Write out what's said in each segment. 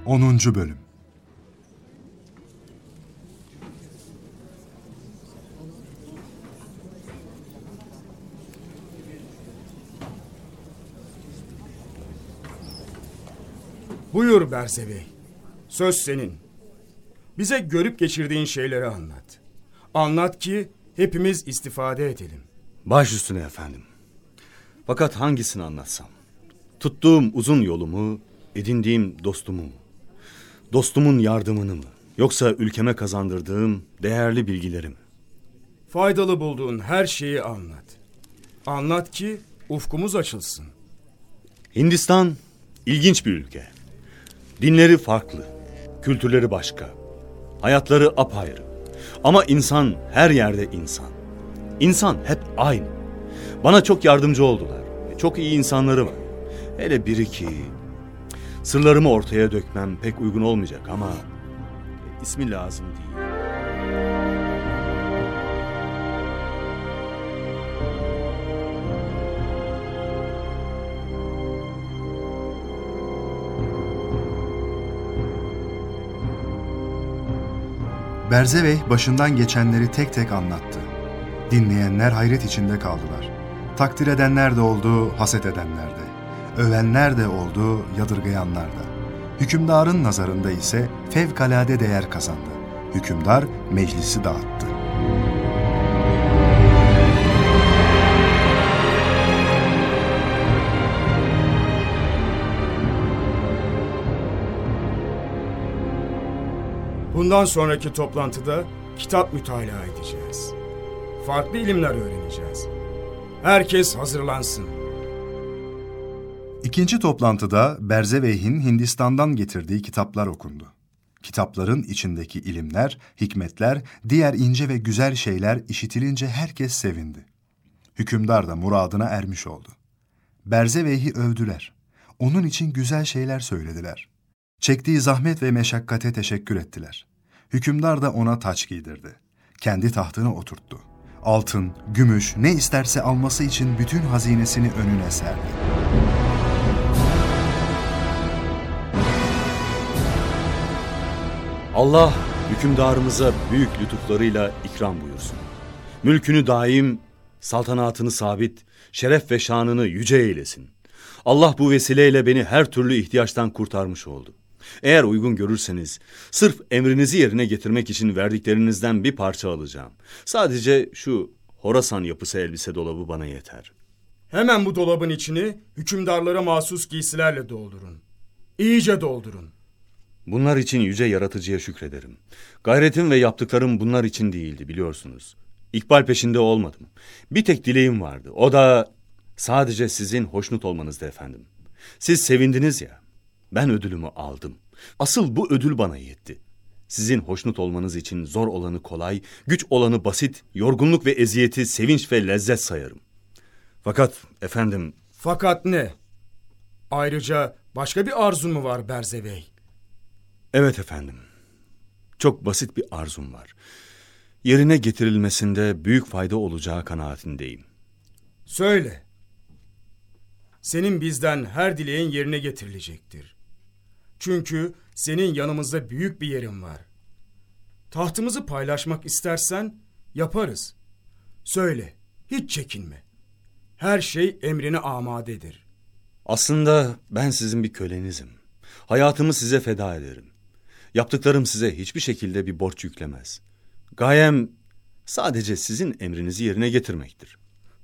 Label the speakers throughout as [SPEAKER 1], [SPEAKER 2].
[SPEAKER 1] 10. Bölüm.
[SPEAKER 2] Buyur Berze Bey. Söz senin. Bize görüp geçirdiğin şeyleri anlat. Anlat ki hepimiz istifade edelim.
[SPEAKER 3] Baş üstüne efendim. Fakat hangisini anlatsam? Tuttuğum uzun yolumu, edindiğim dostumu mu? Dostumun yardımını mı? Yoksa ülkeme kazandırdığım değerli bilgileri mi?
[SPEAKER 2] Faydalı bulduğun her şeyi anlat. Anlat ki ufkumuz açılsın.
[SPEAKER 3] Hindistan ilginç bir ülke. Dinleri farklı, kültürleri başka, hayatları apayrı. Ama insan her yerde insan. İnsan hep aynı. Bana çok yardımcı oldular. Çok iyi insanları var. Hele biri ki... Sırlarımı ortaya dökmem pek uygun olmayacak ama... ismi lazım değil.
[SPEAKER 1] Berze Bey başından geçenleri tek tek anlattı. Dinleyenler hayret içinde kaldılar. Takdir edenler de oldu, haset edenler de. Övenler de oldu, yadırgayanlar da. Hükümdarın nazarında ise fevkalade değer kazandı. Hükümdar meclisi dağıttı.
[SPEAKER 2] Bundan sonraki toplantıda kitap mütalaa edeceğiz. Farklı ilimler öğreneceğiz. Herkes hazırlansın.
[SPEAKER 1] İkinci toplantıda Berze Bey'in Hindistan'dan getirdiği kitaplar okundu. Kitapların içindeki ilimler, hikmetler, diğer ince ve güzel şeyler işitilince herkes sevindi. Hükümdar da muradına ermiş oldu. Berze Bey'i övdüler. Onun için güzel şeyler söylediler. Çektiği zahmet ve meşakkate teşekkür ettiler. Hükümdar da ona taç giydirdi. Kendi tahtına oturttu. Altın, gümüş ne isterse alması için bütün hazinesini önüne serdi.
[SPEAKER 3] Allah hükümdarımıza büyük lütuflarıyla ikram buyursun. Mülkünü daim, saltanatını sabit, şeref ve şanını yüce eylesin. Allah bu vesileyle beni her türlü ihtiyaçtan kurtarmış oldu. Eğer uygun görürseniz, sırf emrinizi yerine getirmek için verdiklerinizden bir parça alacağım. Sadece şu Horasan yapısı elbise dolabı bana yeter.
[SPEAKER 2] Hemen bu dolabın içini hükümdarlara mahsus giysilerle doldurun. İyice doldurun.
[SPEAKER 3] Bunlar için yüce yaratıcıya şükrederim. Gayretim ve yaptıklarım bunlar için değildi, biliyorsunuz. İkbal peşinde olmadım. Bir tek dileğim vardı. O da sadece sizin hoşnut olmanızdı efendim. Siz sevindiniz ya. Ben ödülümü aldım. Asıl bu ödül bana yetti. Sizin hoşnut olmanız için zor olanı kolay, güç olanı basit, yorgunluk ve eziyeti sevinç ve lezzet sayarım. Fakat efendim...
[SPEAKER 2] Fakat ne? Ayrıca başka bir arzun mu var Berze Bey?
[SPEAKER 3] Evet efendim. Çok basit bir arzum var. Yerine getirilmesinde büyük fayda olacağı kanaatindeyim.
[SPEAKER 2] Söyle. Senin bizden her dileğin yerine getirilecektir. Çünkü senin yanımızda büyük bir yerin var. Tahtımızı paylaşmak istersen yaparız. Söyle, hiç çekinme. Her şey emrine amadedir.
[SPEAKER 3] Aslında ben sizin bir kölenizim. Hayatımı size feda ederim. Yaptıklarım size hiçbir şekilde bir borç yüklemez. Gayem sadece sizin emrinizi yerine getirmektir.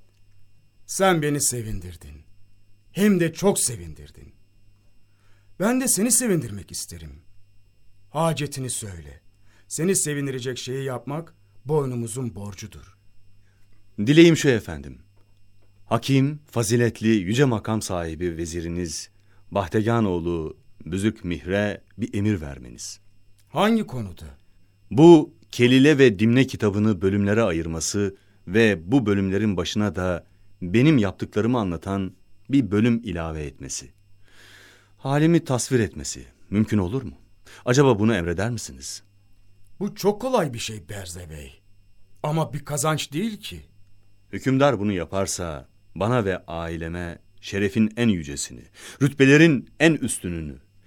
[SPEAKER 2] Sen beni sevindirdin. Hem de çok sevindirdin. Ben de seni sevindirmek isterim. Hacetini söyle. Seni sevindirecek şeyi yapmak boynumuzun borcudur.
[SPEAKER 3] Dileğim şu efendim. Hakim, faziletli, yüce makam sahibi veziriniz Bahteganoğlu Büzük Mihre bir emir vermeniz.
[SPEAKER 2] Hangi konuda?
[SPEAKER 3] Bu Kelile ve Dimne kitabını bölümlere ayırması ve bu bölümlerin başına da benim yaptıklarımı anlatan bir bölüm ilave etmesi. Halimi tasvir etmesi mümkün olur mu? Acaba bunu emreder misiniz?
[SPEAKER 2] Bu çok kolay bir şey Berze Bey. Ama bir kazanç değil ki.
[SPEAKER 3] Hükümdar bunu yaparsa bana ve aileme şerefin en yücesini, rütbelerin en üstününü,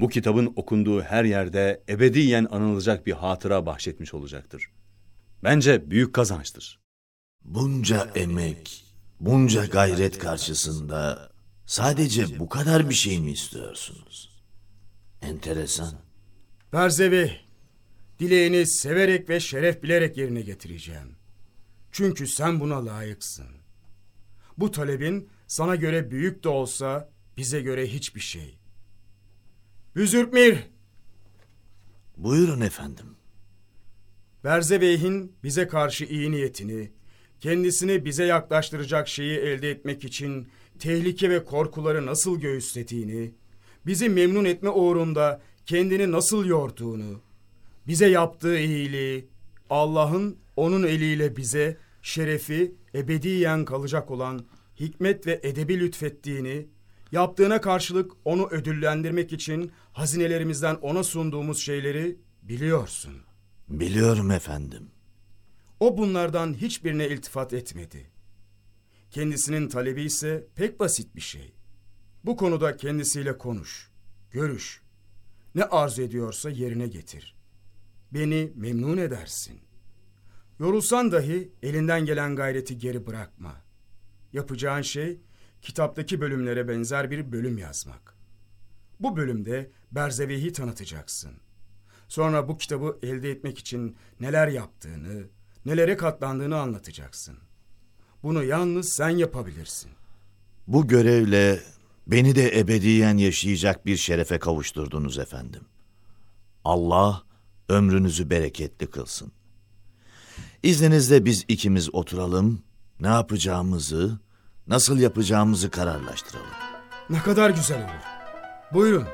[SPEAKER 3] bu kitabın okunduğu her yerde ebediyen anılacak bir hatıra bahşetmiş olacaktır. Bence büyük kazançtır.
[SPEAKER 4] Bunca emek, bunca gayret karşısında sadece bu kadar bir şey mi istiyorsunuz? Enteresan.
[SPEAKER 2] Berzevih, dileğini severek ve şeref bilerek yerine getireceğim. Çünkü sen buna layıksın. Bu talebin sana göre büyük de olsa bize göre hiçbir şey. Büzürkmir!
[SPEAKER 4] Buyurun efendim.
[SPEAKER 2] Berzevih'in bize karşı iyi niyetini, kendisini bize yaklaştıracak şeyi elde etmek için tehlike ve korkuları nasıl göğüslediğini, bizi memnun etme uğrunda kendini nasıl yorduğunu, bize yaptığı iyiliği, Allah'ın onun eliyle bize şerefi ebediyen kalacak olan hikmet ve edebi lütfettiğini, yaptığına karşılık onu ödüllendirmek için hazinelerimizden ona sunduğumuz şeyleri biliyorsun.
[SPEAKER 4] Biliyorum efendim.
[SPEAKER 2] O bunlardan hiçbirine iltifat etmedi. Kendisinin talebi ise pek basit bir şey. Bu konuda kendisiyle konuş, görüş. Ne arzu ediyorsa yerine getir. Beni memnun edersin. Yorulsan dahi elinden gelen gayreti geri bırakma. Yapacağın şey kitaptaki bölümlere benzer bir bölüm yazmak. Bu bölümde Berzevih'i tanıtacaksın. Sonra bu kitabı elde etmek için neler yaptığını, nelere katlandığını anlatacaksın. Bunu yalnız sen yapabilirsin.
[SPEAKER 4] Bu görevle beni de ebediyen yaşayacak bir şerefe kavuşturdunuz efendim. Allah ömrünüzü bereketli kılsın. İzninizle biz ikimiz oturalım, ne yapacağımızı, nasıl yapacağımızı kararlaştıralım.
[SPEAKER 2] Ne kadar güzel olur. Buyurun.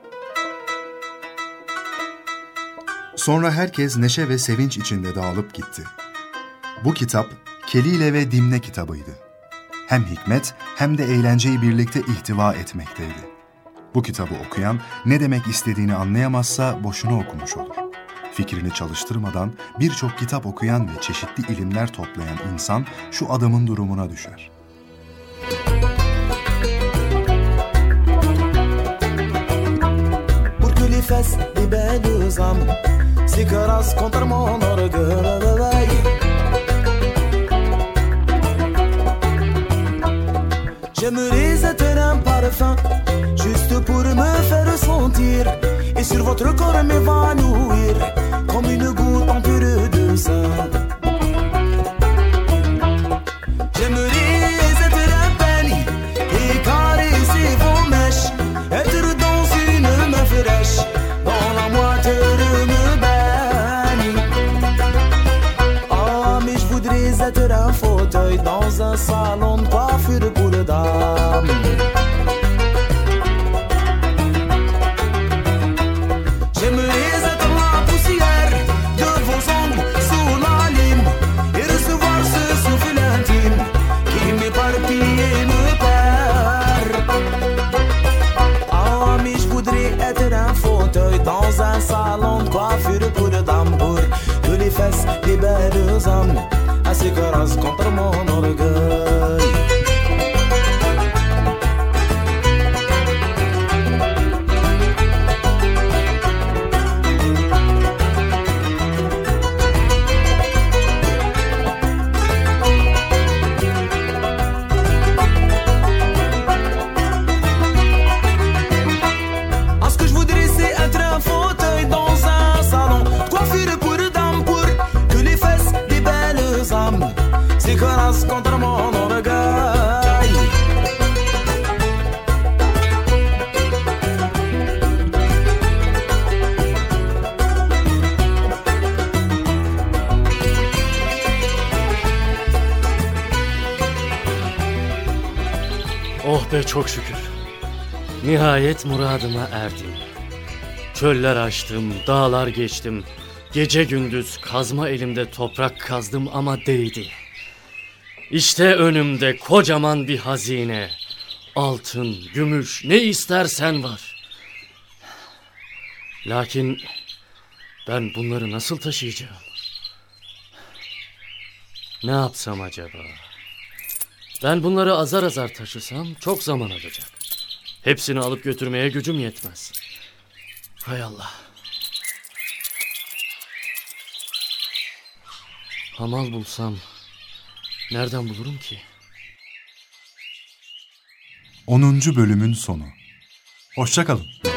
[SPEAKER 1] Sonra herkes neşe ve sevinç içinde dağılıp gitti. Bu kitap Kelile ve Dimne kitabıydı. Hem hikmet hem de eğlenceyi birlikte ihtiva etmekteydi. Bu kitabı okuyan ne demek istediğini anlayamazsa boşuna okumuş olur. Fikrini çalıştırmadan birçok kitap okuyan ve çeşitli ilimler toplayan insan şu adamın durumuna düşer.
[SPEAKER 5] J'aimerais être un parfum, juste pour me faire sentir, et sur votre corps m'évanouir, comme une goutte en pure de sang. J'aimerais être un panier, et caresser vos mèches, être dans une main fraîche, dans la moiteur me baigne. Ah, mais je voudrais être un fauteuil dans un salon de coiffure pour dames. J'aimerais être la poussière de vos ongles sous la lime et recevoir ce souffle intime qui m'éparpille et me perd. Ah, mais je voudrais être un fauteuil dans un salon de coiffure pour dames, pour que les fesses des belles âmes assez caressent contre mon orgueil. Contre mon orgueil.
[SPEAKER 6] Oh be, çok şükür. Nihayet muradıma erdim. Çöller aştım, dağlar geçtim. Gece gündüz kazma elimde toprak kazdım ama değdi. İşte önümde kocaman bir hazine. Altın, gümüş, ne istersen var. Lakin ben bunları nasıl taşıyacağım? Ne yapsam acaba? Ben bunları azar azar taşısam çok zaman alacak. Hepsini alıp götürmeye gücüm yetmez. Hay Allah. Hamal bulsam nereden bulurum ki?
[SPEAKER 1] 10. bölümün sonu. Hoşça kalın.